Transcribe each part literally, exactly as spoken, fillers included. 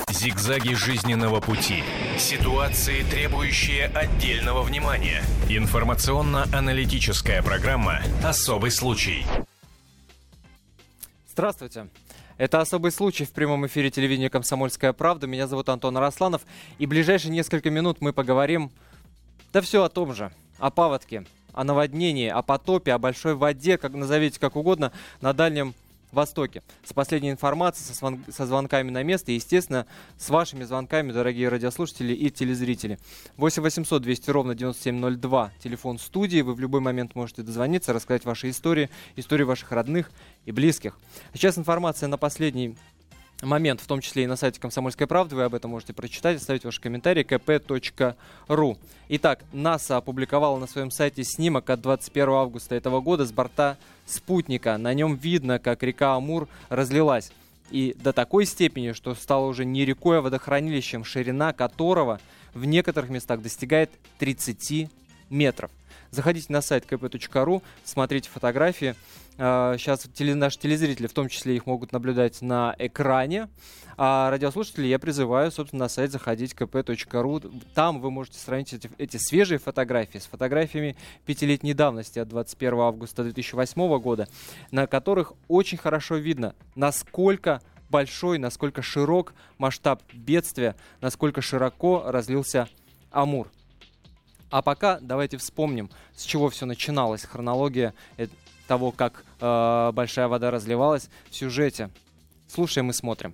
Зигзаги жизненного пути. Ситуации, требующие отдельного внимания. Информационно-аналитическая программа «Особый случай». Здравствуйте. Это «Особый случай» в прямом эфире телевидения «Комсомольская правда». Меня зовут Антон Арасланов. И в ближайшие несколько минут мы поговорим, да все о том же, о паводке, о наводнении, о потопе, о большой воде, как назовите как угодно, на Дальнем Востоке. С последней информацией, со, звон, со звонками на место и, естественно, с вашими звонками, дорогие радиослушатели и телезрители. восемь восемьсот двести ровно девяносто семь ноль два, телефон студии. Вы в любой момент можете дозвониться, рассказать ваши истории, истории ваших родных и близких. Сейчас информация на последний момент, в том числе и на сайте «Комсомольской правды». Вы об этом можете прочитать, оставить ваши комментарии ка пэ точка ру. Итак, НАСА опубликовала на своем сайте снимок от двадцать первого августа этого года с борта спутника. На нем видно, как река Амур разлилась. И до такой степени, что стала уже не рекой, а водохранилищем, ширина которого в некоторых местах достигает тридцати метров. Заходите на сайт ка пэ точка ру, смотрите фотографии. Сейчас теле, наши телезрители, в том числе, их могут наблюдать на экране. А радиослушатели я призываю, собственно, на сайт заходить ка пэ точка ру. Там вы можете сравнить эти, эти свежие фотографии с фотографиями пятилетней давности от двадцать первого августа две тысячи восьмого года, на которых очень хорошо видно, насколько большой, насколько широк масштаб бедствия, насколько широко разлился Амур. А пока давайте вспомним, с чего все начиналось, хронология того, как э, большая вода разливалась в сюжете. Слушаем и смотрим.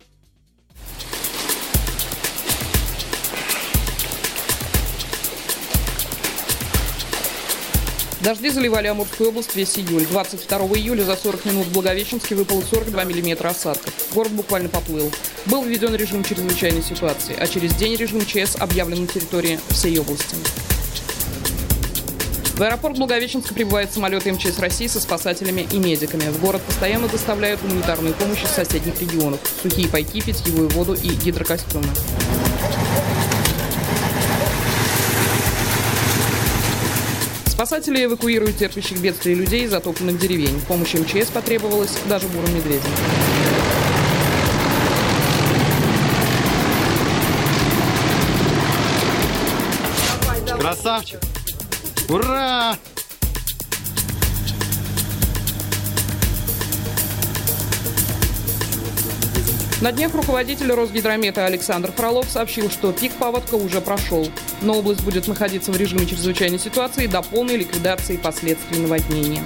Дожди заливали Амурскую область весь июль. двадцать второго июля за сорок минут в Благовещенске выпало сорок два миллиметра осадков. Город буквально поплыл. Был введен режим чрезвычайной ситуации, а через день режим ЧС объявлен на территории всей области. В аэропорт Благовещенска прибывают самолеты эм че эс России со спасателями и медиками. В город постоянно доставляют гуманитарную помощь из соседних регионов. Сухие пайки, питьевую воду и гидрокостюмы. Спасатели эвакуируют терпящих бедствия людей из затопленных деревень. Помощь эм че эс потребовалась даже бурым медведям. Красавчик! Ура! На днях руководитель Росгидромета Александр Фролов сообщил, что пик паводка уже прошел. Но область будет находиться в режиме чрезвычайной ситуации до полной ликвидации последствий наводнения.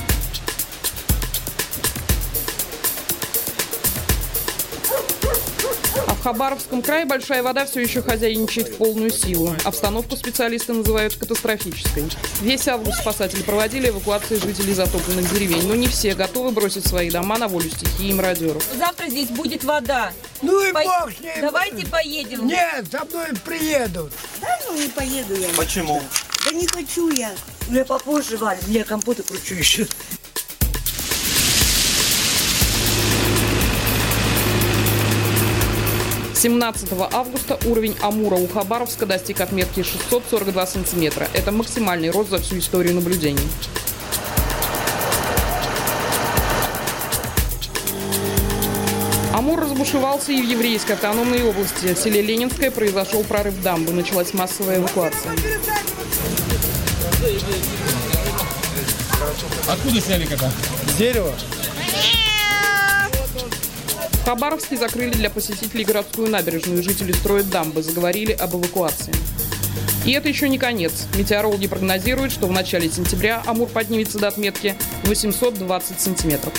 В Хабаровском крае большая вода все еще хозяйничает в полную силу. Обстановку специалисты называют катастрофической. Весь август спасатели проводили эвакуацию жителей затопленных деревень. Но не все готовы бросить свои дома на волю стихии и мародеров. Завтра здесь будет вода. Ну и По... бог с ним. Давайте поедем. Нет, за мной приедут. Да ну не поеду я. Почему? Да не хочу я. Мне попозже, Валь, мне компоты кручу еще. семнадцатого августа уровень Амура у Хабаровска достиг отметки шестьсот сорок два сантиметра. Это максимальный рост за всю историю наблюдений. Амур разбушевался и в еврейской автономной области. В селе Ленинское произошел прорыв дамбы. Началась массовая эвакуация. Откуда сняли кота? С дерева? В Хабаровске закрыли для посетителей городскую набережную. Жители строят дамбы, заговорили об эвакуации. И это еще не конец. Метеорологи прогнозируют, что в начале сентября Амур поднимется до отметки восемьсот двадцать сантиметров.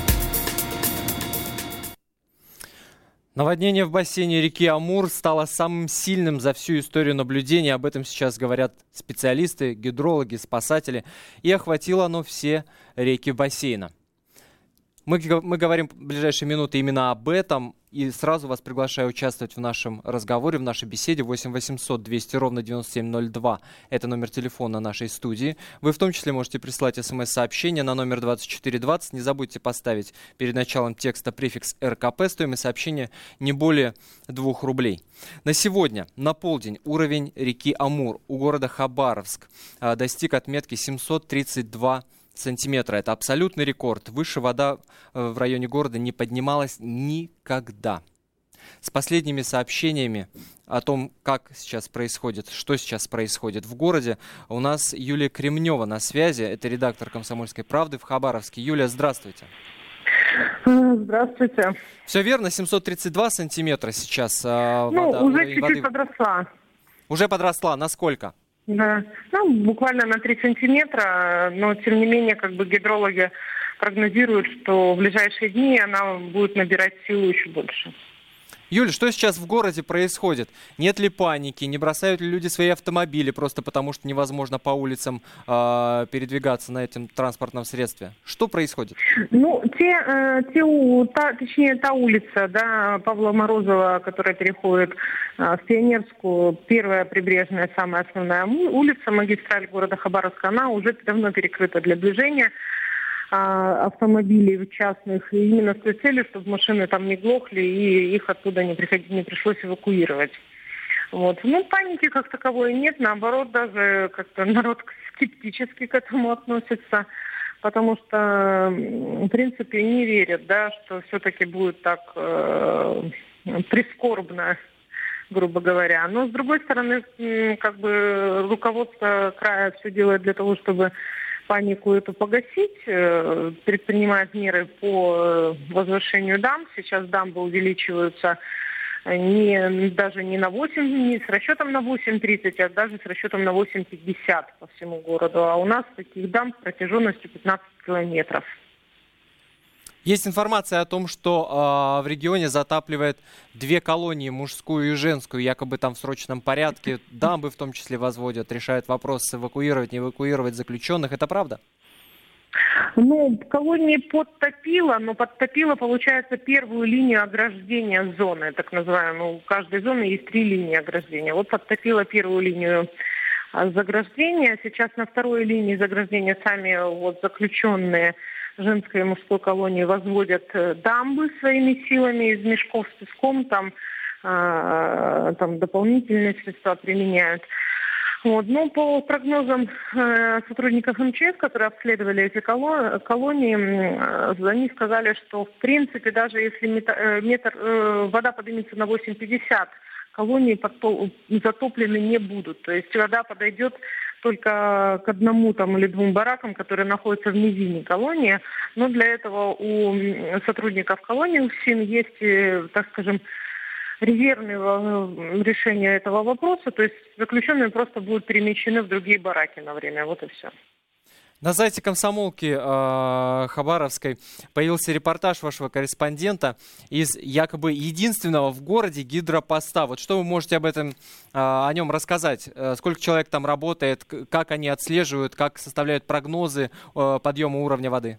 Наводнение в бассейне реки Амур стало самым сильным за всю историю наблюдений. Об этом сейчас говорят специалисты, гидрологи, спасатели. И охватило оно все реки бассейна. Мы, мы говорим в ближайшие минуты именно об этом. И сразу вас приглашаю участвовать в нашем разговоре, в нашей беседе. восемь восемьсот двести ровно девяносто семь ноль два. Это номер телефона нашей студии. Вы в том числе можете прислать смс-сообщение на номер двадцать четыре двадцать. Не забудьте поставить перед началом текста префикс эр ка пэ. Стоимость сообщения не более двух рублей. На сегодня, на полдень, уровень реки Амур у города Хабаровск а, достиг отметки семьсот тридцать два сантиметра. Это абсолютный рекорд. Выше вода в районе города не поднималась никогда. с последними сообщениями о том, как сейчас происходит, что сейчас происходит в городе. У нас Юлия Кремнева на связи, это редактор «Комсомольской правды» в Хабаровске. Юлия, здравствуйте. Здравствуйте. Все верно, семьсот тридцать два сантиметра сейчас э, ну, вода, уже чуть-чуть воды. подросла. Уже подросла, насколько? Да, ну, буквально на три сантиметра, но тем не менее, как бы гидрологи прогнозируют, что в ближайшие дни она будет набирать силу еще больше. Юля, что сейчас в городе происходит? Нет ли паники? Не бросают ли люди свои автомобили просто потому, что невозможно по улицам э, передвигаться на этом транспортном средстве? Что происходит? Ну, те, э, те у, та, точнее, та улица, да, Павла Морозова, которая переходит э, в Пионерскую, первая прибрежная, самая основная улица, магистраль города Хабаровска, она уже давно перекрыта для движения автомобилей частных, и именно с той целью, чтобы машины там не глохли и их оттуда не, приходи, не пришлось эвакуировать. Вот. Ну, паники как таковой нет, наоборот, даже как-то народ скептически к этому относится, потому что, в принципе, не верят, да, что все-таки будет так э, прискорбно, грубо говоря. Но, с другой стороны, как бы руководство края все делает для того, чтобы панику эту погасить, предпринимает меры по возвышению дамб. Сейчас дамбы увеличиваются не, даже не на восемь, не с расчетом на восемь тридцать, а даже с расчетом на восемь пятьдесят по всему городу. А у нас таких дамб протяженностью пятнадцать километров. Есть информация о том, что э, в регионе затапливает две колонии, мужскую и женскую, якобы там в срочном порядке, дамбы в том числе возводят, решают вопрос, эвакуировать, не эвакуировать заключенных. Это правда? Ну, колонии подтопило, но подтопило, получается, первую линию ограждения зоны, так называемую. У каждой зоны есть три линии ограждения. Вот подтопило первую линию заграждения. Сейчас на второй линии заграждения сами вот заключенные женской и мужской колонии возводят дамбы своими силами из мешков с песком, там, э, там дополнительные средства применяют. Вот. Но по прогнозам э, сотрудников эм че эс, которые обследовали эти коло- колонии, э, они сказали, что в принципе даже если метр, э, метр, э, вода поднимется на восемь пятьдесят, колонии подто- затоплены не будут. То есть вода подойдет только к одному там, или двум баракам, которые находятся в низине колонии. Но для этого у сотрудников колонии у СИН есть, так скажем, резервное решение этого вопроса. То есть заключенные просто будут перемещены в другие бараки на время. Вот и все. На сайте «Комсомолки» э, Хабаровской появился репортаж вашего корреспондента из якобы единственного в городе гидропоста. Вот что вы можете об этом, э, о нем рассказать? Э, сколько человек там работает, как они отслеживают, как составляют прогнозы э, подъема уровня воды?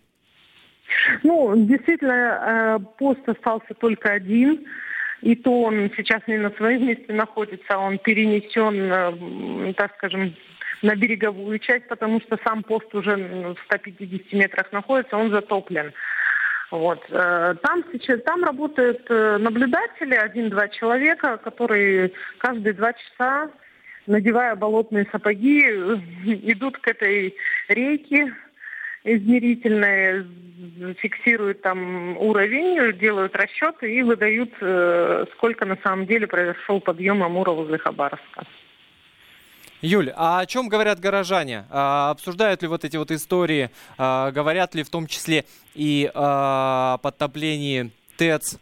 Ну, действительно, э, пост остался только один. И то он сейчас не на своем месте находится, он перенесен, э, так скажем, на береговую часть, потому что сам пост уже в ста пятидесяти метрах находится, он затоплен. Вот. Там сейчас там работают наблюдатели, один-два человека, которые каждые два часа, надевая болотные сапоги, идут к этой рейке измерительной, фиксируют там уровень, делают расчеты и выдают, сколько на самом деле произошел подъем Амура возле Хабаровска. Юль, а о чем говорят горожане? А, обсуждают ли вот эти вот истории? А, говорят ли в том числе и о подтоплении ТЭЦ?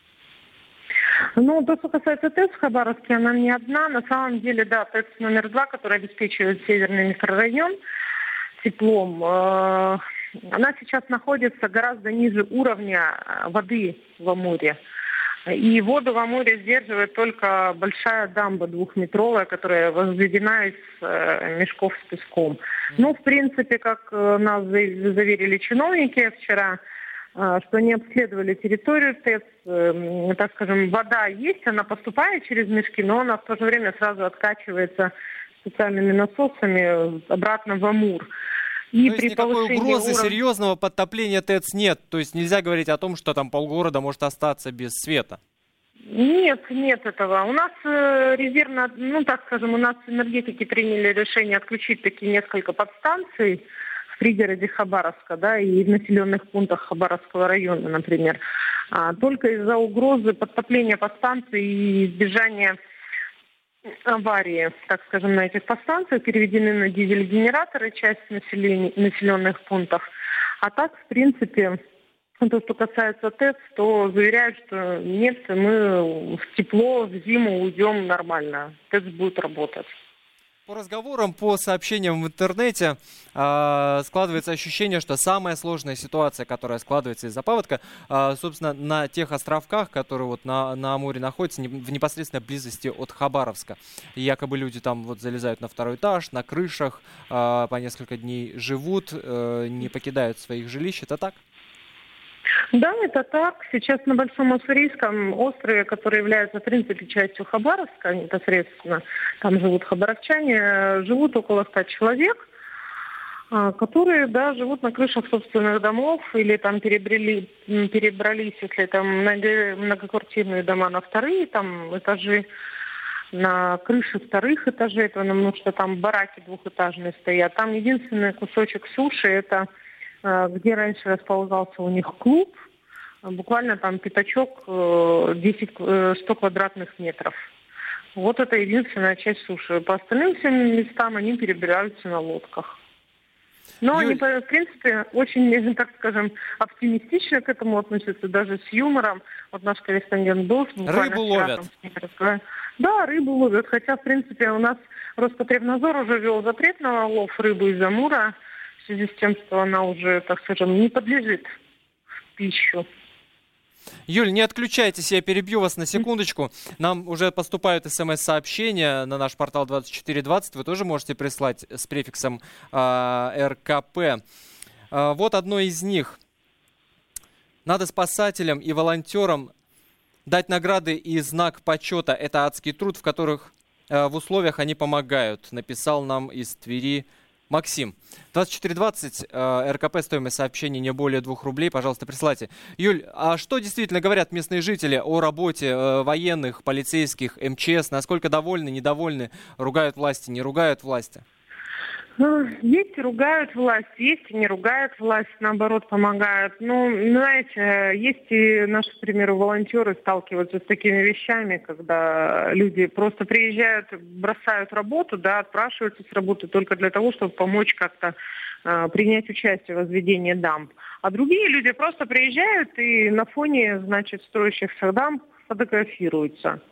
Ну, то, что касается ТЭЦ в Хабаровске, она не одна. На самом деле, да, ТЭЦ номер два, которая обеспечивает северный микрорайон теплом, э, она сейчас находится гораздо ниже уровня воды в Амуре. И воду в Амуре сдерживает только большая дамба двухметровая, которая возведена из э, мешков с песком. Ну, в принципе, как э, нас заверили чиновники вчера, э, что они обследовали территорию ТЭЦ, э, так скажем, вода есть, она поступает через мешки, но она в то же время сразу откачивается специальными насосами обратно в Амур. И то при есть никакой угрозы уровня... серьезного подтопления ТЭЦ нет? То есть нельзя говорить о том, что там полгорода может остаться без света? Нет, нет этого. У нас э, резервно, ну так скажем, у нас энергетики приняли решение отключить такие несколько подстанций в пригороде Хабаровска, да, и в населенных пунктах Хабаровского района, например. А только из-за угрозы подтопления подстанций и избежания аварии, так скажем, на этих подстанциях переведены на дизель-генераторы часть населения, населенных пунктов. А так, в принципе, то, что касается ТЭЦ, то заверяют, что нет, мы в тепло, в зиму уйдем нормально. ТЭЦ будет работать. По разговорам, по сообщениям в интернете э, складывается ощущение, что самая сложная ситуация, которая складывается из-за паводка, э, собственно, на тех островках, которые вот на, на Амуре находятся, не, в непосредственной близости от Хабаровска. И якобы люди там вот залезают на второй этаж, на крышах, э, по несколько дней живут, э, не покидают своих жилищ. Это так? Да, это так. Сейчас на Большом Уссурийском острове, который является, в принципе, частью Хабаровска, непосредственно, там живут хабаровчане, живут около ста человек, которые, да, живут на крышах собственных домов или там перебрали, перебрались, если там многоквартирные дома, на вторые там этажи, на крыше вторых этажей, потому что там бараки двухэтажные стоят. Там единственный кусочек суши, это где раньше располагался у них клуб, буквально там пятачок десять-сто квадратных метров. Вот это единственная часть суши. По остальным всем местам они перебираются на лодках. Но Юль... они, в принципе, очень, так скажем, оптимистично к этому относятся, даже с юмором. Вот наш корреспондент был. Рыбу ловят. Да, рыбу ловят. Хотя, в принципе, у нас Роспотребнадзор уже ввел запрет на лов рыбы из Амура, в связи с тем, что она уже, так скажем, не подлежит в пищу. Юль, не отключайтесь, я перебью вас на секундочку. Нам уже поступают смс-сообщения на наш портал двадцать четыре двадцать. Вы тоже можете прислать с префиксом э, эр ка пэ. Э, вот одно из них. Надо спасателям и волонтерам дать награды и знак почета. Это адский труд, в которых э, в условиях они помогают. Написал нам из Твери Максим. двадцать четыре двадцать, э, эр ка пэ, стоимость сообщения не более двух рублей. Пожалуйста, присылайте. Юль, а что действительно говорят местные жители о работе э, военных, полицейских, эм че эс? Насколько довольны, недовольны? Ругают власти, не ругают власти? Есть и ругают власть, есть и не ругают власть, наоборот, помогают. Ну, знаете, есть и наши, к примеру, волонтеры сталкиваются с такими вещами, когда люди просто приезжают, бросают работу, да, отпрашиваются с работы только для того, чтобы помочь как-то э, принять участие в возведении дамб. А другие люди просто приезжают и на фоне, значит, строящихся дамб фотографируются.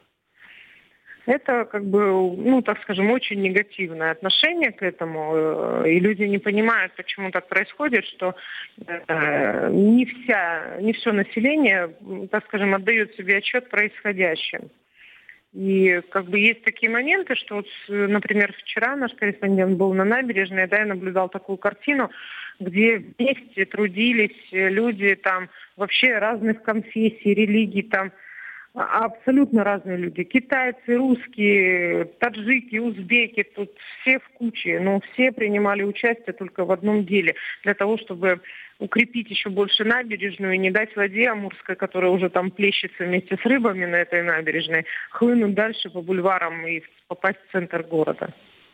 Это, как бы, ну, так скажем, очень негативное отношение к этому. И люди не понимают, почему так происходит, что э, не, вся, не все население, так скажем, отдает себе отчет в происходящем. И, как бы, есть такие моменты, что, вот, например, вчера наш корреспондент был на набережной, да, я наблюдал такую картину, где вместе трудились люди там вообще разных конфессий, религий, там, абсолютно разные люди. Китайцы, русские, таджики, узбеки, тут все в куче. Но все принимали участие только в одном деле. Для того, чтобы укрепить еще больше набережную и не дать воде амурской, которая уже там плещется вместе с рыбами на этой набережной, хлынуть дальше по бульварам и попасть в центр города.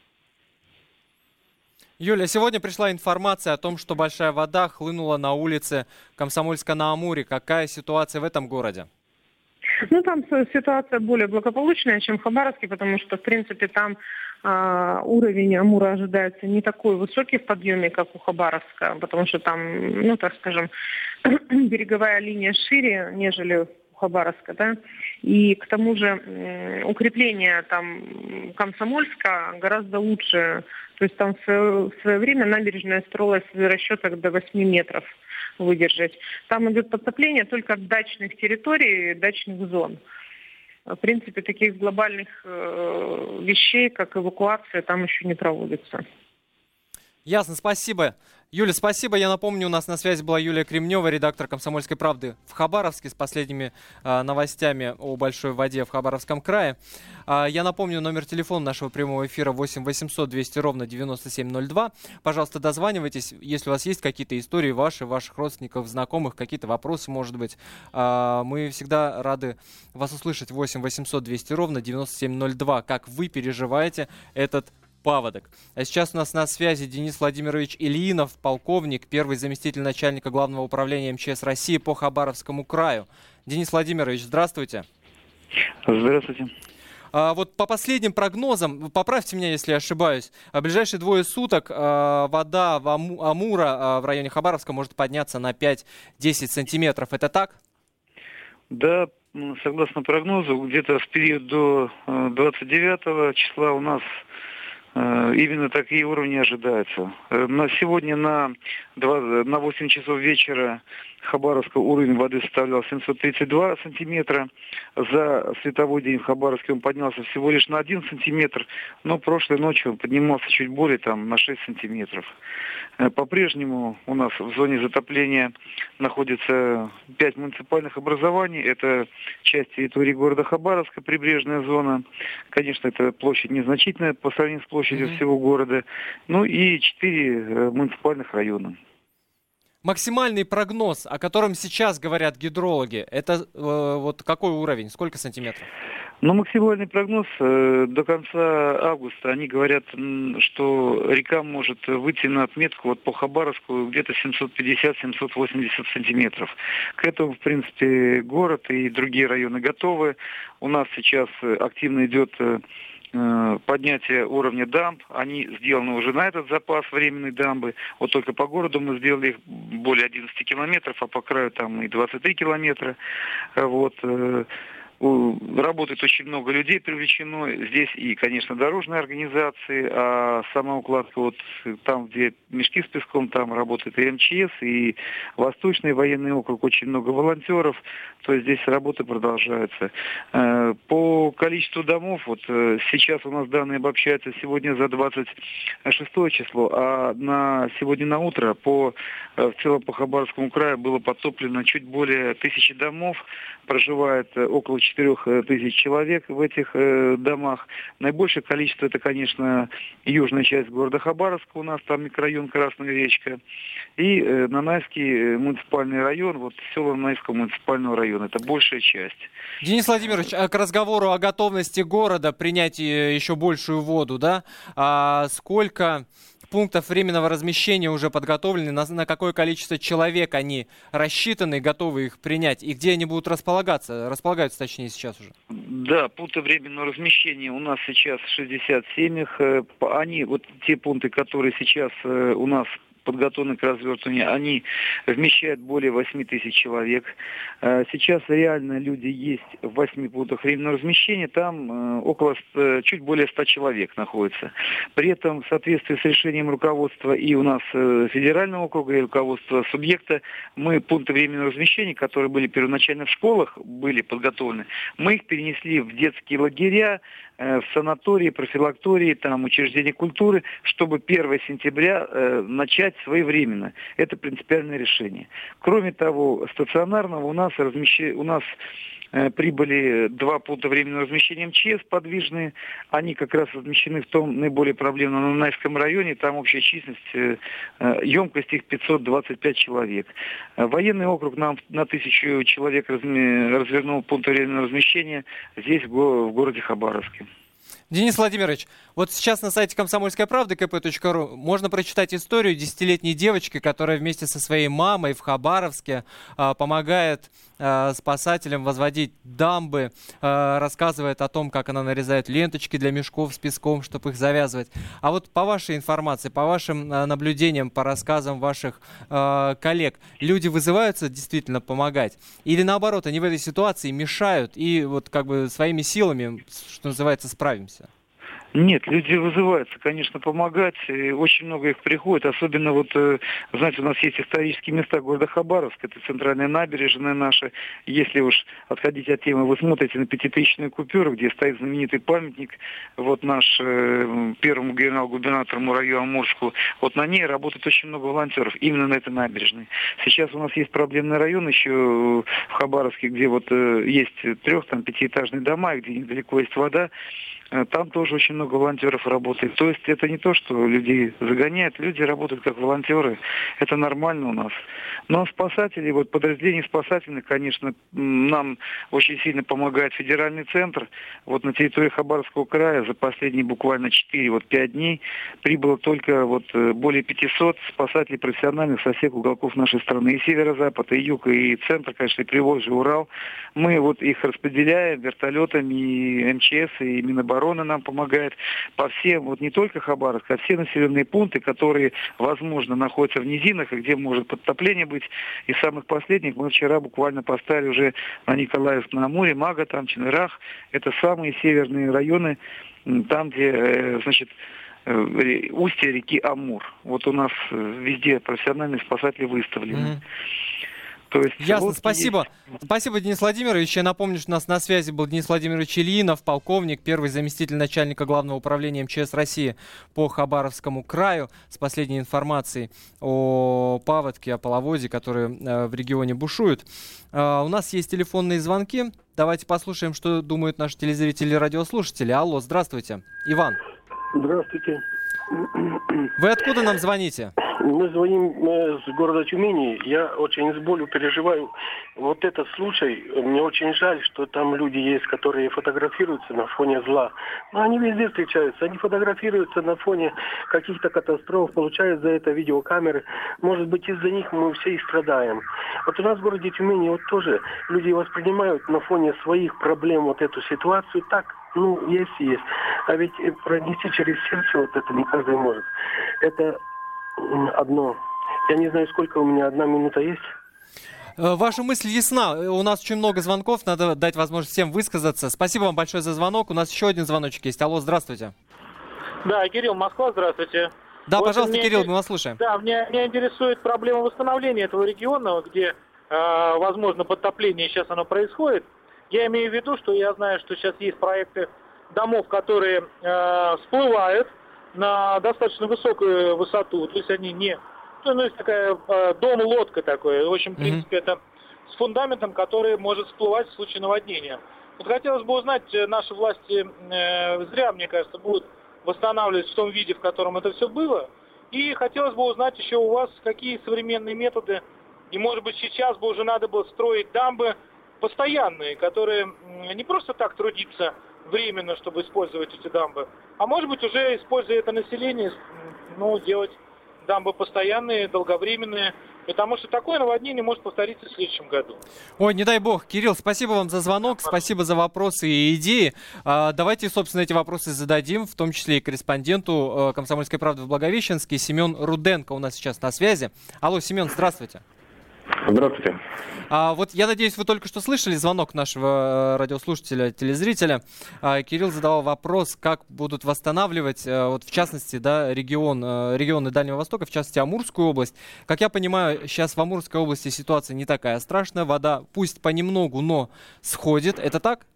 Юля, сегодня пришла информация о том, что большая вода хлынула на улице Комсомольска-на-Амуре. Какая ситуация в этом городе? Ну, там ситуация более благополучная, чем в Хабаровске, потому что, в принципе, там э, уровень Амура ожидается не такой высокий в подъеме, как у Хабаровска, потому что там, ну, так скажем, береговая линия шире, нежели у Хабаровска, да, и к тому же э, укрепление там Комсомольска гораздо лучше, то есть там в свое, в свое время набережная строилась в расчетах до восьми метров выдержать. Там идет подтопление только от дачных территорий, дачных зон. В принципе, таких глобальных э, вещей, как эвакуация, там еще не проводится. Ясно, спасибо. Юля, спасибо. Я напомню, у нас на связи была Юлия Кремнева, редактор «Комсомольской правды» в Хабаровске с последними э, новостями о большой воде в Хабаровском крае. Э, я напомню, номер телефона нашего прямого эфира восемь восемьсот двести ровно девяносто семь ноль два. Пожалуйста, дозванивайтесь, если у вас есть какие-то истории ваши, ваших родственников, знакомых, какие-то вопросы, может быть. Э, мы всегда рады вас услышать. восемь восемьсот двести ровно девяносто семь ноль два. Как вы переживаете этот паводок. А сейчас у нас на связи Денис Владимирович Ильинов, полковник, первый заместитель начальника Главного управления эм че эс России по Хабаровскому краю. Денис Владимирович, здравствуйте. Здравствуйте. А вот по последним прогнозам, поправьте меня, если я ошибаюсь, в ближайшие двое суток а, вода в Аму, Амура а, в районе Хабаровска может подняться на пять-десять сантиметров. Это так? Да, согласно прогнозу, где-то в период до двадцать девятого числа у нас именно такие уровни ожидаются. На сегодня на, два, на восемь часов вечера Хабаровска уровень воды составлял семьсот тридцать два сантиметра. За световой день в Хабаровске он поднялся всего лишь на один сантиметр, но прошлой ночью он поднимался чуть более, там, на шесть сантиметров. По-прежнему у нас в зоне затопления находится пять муниципальных образований. Это часть территории города Хабаровска, прибрежная зона. Конечно, это площадь незначительная по сравнению с площадью mm-hmm. всего города. Ну и четыре муниципальных района. Максимальный прогноз, о котором сейчас говорят гидрологи, это э, вот какой уровень, сколько сантиметров? Ну, максимальный прогноз э, до конца августа. Они говорят, что река может выйти на отметку вот по Хабаровску где-то семьсот пятьдесят - семьсот восемьдесят сантиметров. К этому, в принципе, город и другие районы готовы. У нас сейчас активно идет э, поднятие уровня дамб. Они сделаны уже на этот запас временной дамбы. Вот только по городу мы сделали их более одиннадцати километров, а по краю там и двадцать три километра. Вот. Работает очень много людей привлечено. Здесь и, конечно, дорожные организации, а сама укладка вот там, где мешки с песком, там работает и эм че эс, и Восточный военный округ, очень много волонтеров. То есть здесь работа продолжается. По количеству домов, вот сейчас у нас данные обобщаются сегодня за двадцать шестое число, а на сегодня на утро по, в целом по Хабаровскому краю было подтоплено чуть более тысячи домов. Проживает около четырех тысяч человек в этих э, домах. Наибольшее количество это, конечно, южная часть города Хабаровска, у нас там микрорайон Красная Речка, и э, Нанайский муниципальный район, вот село Нанайского муниципального района, это большая часть. Денис Владимирович, к разговору о готовности города принять еще большую воду, да, а сколько пунктов временного размещения уже подготовлены, на, на какое количество человек они рассчитаны, готовы их принять, и где они будут располагаться, располагаются точнее сейчас уже? Да, пункты временного размещения у нас сейчас шестьдесят семь их, они, вот те пункты, которые сейчас у нас подготовлены к развертыванию, они вмещают более восемь тысяч человек. Сейчас реально люди есть в восьми пунктах временного размещения, там около, чуть более ста человек находится. При этом, в соответствии с решением руководства и у нас федерального округа, и руководства субъекта, мы пункты временного размещения, которые были первоначально в школах, были подготовлены, мы их перенесли в детские лагеря, в санатории, профилактории, там, учреждения культуры, чтобы первого сентября э, начать своевременно. Это принципиальное решение. Кроме того, стационарного у нас, размещ... у нас э, прибыли два пункта временного размещения эм че эс подвижные. Они как раз размещены в том наиболее проблемном Нанайском районе. Там общая численность, э, э, емкость их пятьсот двадцать пять человек. Военный округ нам на тысячу человек разми... развернул пункт временного размещения здесь, в, го... в городе Хабаровске. Денис Владимирович, вот сейчас на сайте комсомольской правды ка пэ точка ру можно прочитать историю десятилетней девочки, которая вместе со своей мамой в Хабаровске э, помогает э, спасателям возводить дамбы, э, рассказывает о том, как она нарезает ленточки для мешков с песком, чтобы их завязывать. А вот по вашей информации, по вашим э, наблюдениям, по рассказам ваших э, коллег, люди вызываются действительно помогать? Или наоборот, они в этой ситуации мешают и вот как бы своими силами, что называется, справимся? Нет, люди вызываются, конечно, помогать. И очень много их приходит. Особенно вот, знаете, у нас есть исторические места города Хабаровск. Это центральная набережная наша. Если уж отходить от темы, вы смотрите на пятитысячную купюру, где стоит знаменитый памятник вот наш э, первому генерал-губернатору Муравью Амурску. Вот на ней работает очень много волонтеров, именно на этой набережной. Сейчас у нас есть проблемный район еще в Хабаровске, где вот э, есть трех, там, пятиэтажные дома, где недалеко есть вода. Там тоже очень много волонтеров работает. То есть это не то, что людей загоняют, люди работают как волонтеры. Это нормально у нас. Но спасатели, вот подразделения спасательных, конечно, нам очень сильно помогает федеральный центр. Вот на территории Хабаровского края за последние буквально четыре, вот пять дней прибыло только вот более пятисот спасателей профессиональных со всех уголков нашей страны. И северо-запад, и юг, и центр, конечно, и Приволжье, Урал. Мы вот их распределяем вертолетами, и эм че эс, и Минобороны нам помогает по всем, вот не только Хабаровск, а все населенные пункты, которые, возможно, находятся в низинах, и где может подтопление быть. Из самых последних мы вчера буквально поставили уже на Николаевск-на-Амуре, Мага, там, Чанырах. Это самые северные районы, там, где, значит, устье реки Амур. Вот у нас везде профессиональные спасатели выставлены. Mm-hmm. То есть, Ясно, вот спасибо. есть... Спасибо, Денис Владимирович. Я напомню, что у нас на связи был Денис Владимирович Ильинов, полковник, первый заместитель начальника Главного управления эм че эс России по Хабаровскому краю, с последней информацией о паводке, о половозе, которые э, в регионе бушуют. Э, у нас есть телефонные звонки. Давайте послушаем, что думают наши телезрители и радиослушатели. Алло, здравствуйте. Иван. Здравствуйте. Вы откуда нам звоните? Мы звоним э, с города Тюмени. Я очень с болью переживаю. Вот этот случай, мне очень жаль, что там люди есть, которые фотографируются на фоне зла. Но они везде встречаются. Они фотографируются на фоне каких-то катастроф, получают за это видеокамеры. Может быть, из-за них мы все и страдаем. Вот у нас в городе Тюмени вот тоже люди воспринимают на фоне своих проблем вот эту ситуацию так. Ну, есть и есть. А ведь пронести через сердце вот это не каждый может. Это одно. Я не знаю, сколько у меня, одна минута есть? Ваша мысль ясна. У нас очень много звонков, надо дать возможность всем высказаться. Спасибо вам большое за звонок. У нас еще один звоночек есть. Алло, здравствуйте. Да, Кирилл, Москва, здравствуйте. Да, вот пожалуйста, меня, Кирилл, мы вас слушаем. Да, меня, меня интересует проблема восстановления этого региона, где, э, возможно, подтопление, сейчас оно происходит. Я имею в виду, что я знаю, что сейчас есть проекты домов, которые э, всплывают на достаточно высокую высоту, то есть они не... Ну, есть такая э, дом-лодка такой, в общем, в принципе, mm-hmm. это с фундаментом, который может всплывать в случае наводнения. Вот хотелось бы узнать, наши власти э, зря, мне кажется, будут восстанавливать в том виде, в котором это все было. И хотелось бы узнать еще у вас, какие современные методы, и, может быть, сейчас бы уже надо было строить дамбы постоянные, которые не просто так трудиться временно, чтобы использовать эти дамбы, а может быть, уже используя это население, ну, делать дамбы постоянные, долговременные, потому что такое наводнение может повториться в следующем году. Ой, не дай бог. Кирилл, спасибо вам за звонок, спасибо за вопросы и идеи. А, давайте, собственно, эти вопросы зададим, в том числе и корреспонденту «Комсомольской правды» в Благовещенске. Семен Руденко у нас сейчас на связи. Алло, Семен, здравствуйте. Здравствуйте. А, вот я надеюсь, вы только что слышали звонок нашего радиослушателя, телезрителя. А, Кирилл задавал вопрос, как будут восстанавливать, а, вот в частности, да, регион, а, регионы Дальнего Востока, в частности, Амурскую область. Как я понимаю, сейчас в Амурской области ситуация не такая страшная. Вода пусть понемногу, но сходит. Это так?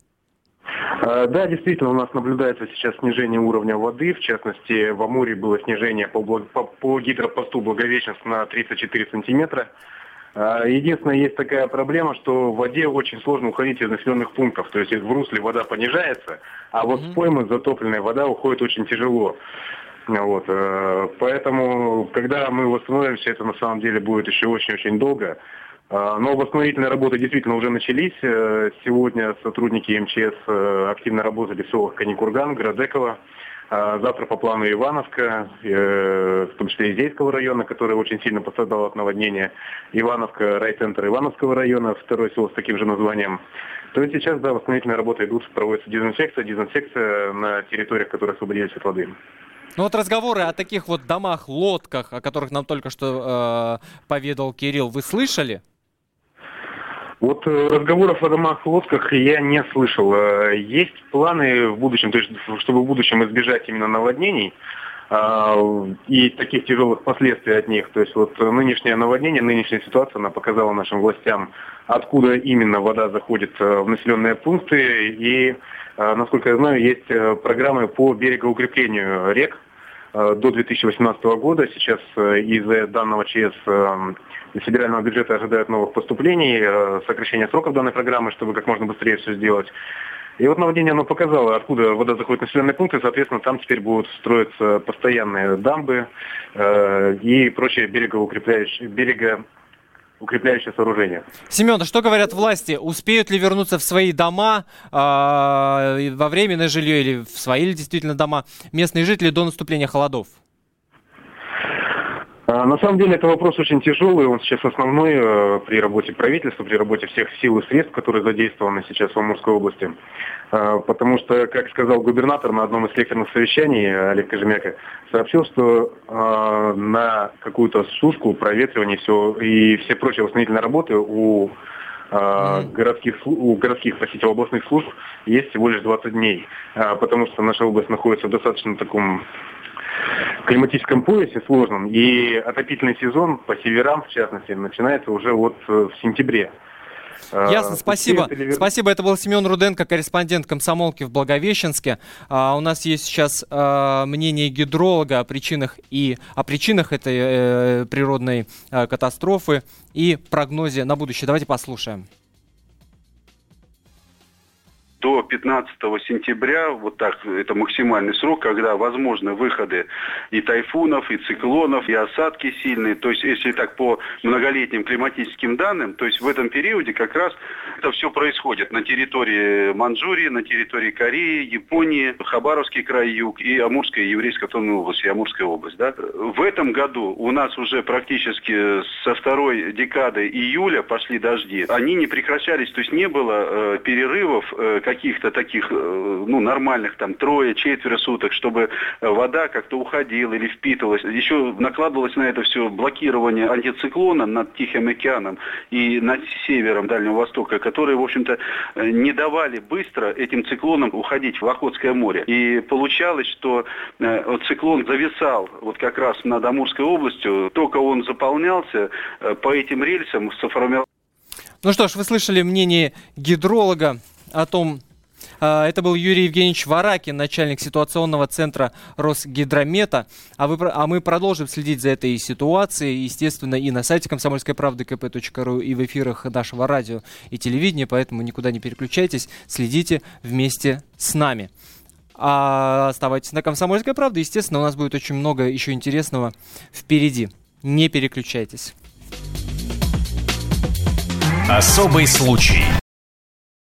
Да, действительно, у нас наблюдается сейчас снижение уровня воды. В частности, в Амуре было снижение по, по, по гидропосту Благовещенск на тридцать четыре сантиметра. Единственное, есть такая проблема, что в воде очень сложно уходить из населенных пунктов. То есть в русле вода понижается, а вот с поймы затопленная вода уходит очень тяжело. Вот. Поэтому, когда мы восстановимся, это на самом деле будет еще очень-очень долго. Но восстановительные работы действительно уже начались. Сегодня сотрудники эм че эс активно работали в селах Каникурган, Градеково. Завтра по плану Ивановка, в том числе Изейского района, который очень сильно пострадал от наводнения. Ивановка, райцентр Ивановского района, второе село с таким же названием. То есть сейчас, да, восстановительные работы идут, проводится дезинфекция, дезинфекция на территориях, которые освободились от воды. Ну вот разговоры о таких вот домах, лодках, о которых нам только что э, поведал Кирилл, вы слышали? Вот разговоров о домах, лодках я не слышал. Есть планы в будущем, то есть чтобы в будущем избежать именно наводнений и таких тяжелых последствий от них. То есть вот нынешнее наводнение, нынешняя ситуация, она показала нашим властям, откуда именно вода заходит в населенные пункты. И, насколько я знаю, есть программы по берегоукреплению рек до две тысячи восемнадцатого года. Сейчас из-за данного ЧС из федерального бюджета ожидают новых поступлений, сокращения сроков данной программы, чтобы как можно быстрее все сделать. И вот наводнение оно показало, откуда вода заходит в населенные пункты, соответственно, там теперь будут строиться постоянные дамбы э, и прочие берегоукрепляющие, берегоукрепляющие сооружения. Семен, а что говорят власти? Успеют ли вернуться в свои дома, э, во временное жилье или в свои ли действительно дома местные жители до наступления холодов? На самом деле это вопрос очень тяжелый, он сейчас основной э, при работе правительства, при работе всех сил и средств, которые задействованы сейчас в Амурской области. Э, потому что, как сказал губернатор на одном из лекторных совещаний, Олег Кожемяка, сообщил, что э, на какую-то сушку, проветривание все, и все прочие восстановительные работы у, э, mm-hmm. городских, у городских, простите, областных служб есть всего лишь двадцать дней. Э, потому что наша область находится в достаточно таком климатическом поясе сложном, и отопительный сезон по северам, в частности, начинается уже вот в сентябре. Ясно, спасибо. Это спасибо, это был Семен Руденко, корреспондент «Комсомолки» в Благовещенске. А, у нас есть сейчас а, мнение гидролога о причинах, и, о причинах этой э, природной э, катастрофы и прогнозе на будущее. Давайте послушаем. До пятнадцатого сентября, вот так, это максимальный срок, когда возможны выходы и тайфунов, и циклонов, и осадки сильные. То есть, если так по многолетним климатическим данным, то есть в этом периоде как раз это все происходит на территории Манчжурии, на территории Кореи, Японии, Хабаровский край, юг и Амурская еврейская автономная область, и Амурская область. Да? В этом году у нас уже практически со второй декады июля пошли дожди. Они не прекращались, то есть не было э, перерывов, э, каких-то таких, ну, нормальных, там, трое-четверо суток, чтобы вода как-то уходила или впитывалась. Еще накладывалось на это все блокирование антициклона над Тихим океаном и над севером Дальнего Востока, которые, в общем-то, не давали быстро этим циклонам уходить в Охотское море. И получалось, что циклон зависал вот как раз над Амурской областью, только он заполнялся, по этим рельсам сформировался. Ну что ж, вы слышали мнение гидролога о том, э, это был Юрий Евгеньевич Варакин, начальник ситуационного центра Росгидромета. А, вы, а мы продолжим следить за этой ситуацией, естественно, и на сайте комсомольской правды ка пэ точка ру, и в эфирах нашего радио и телевидения, поэтому никуда не переключайтесь, следите вместе с нами. А оставайтесь на «Комсомольской правде», естественно, у нас будет очень много еще интересного впереди. Не переключайтесь. Особый случай.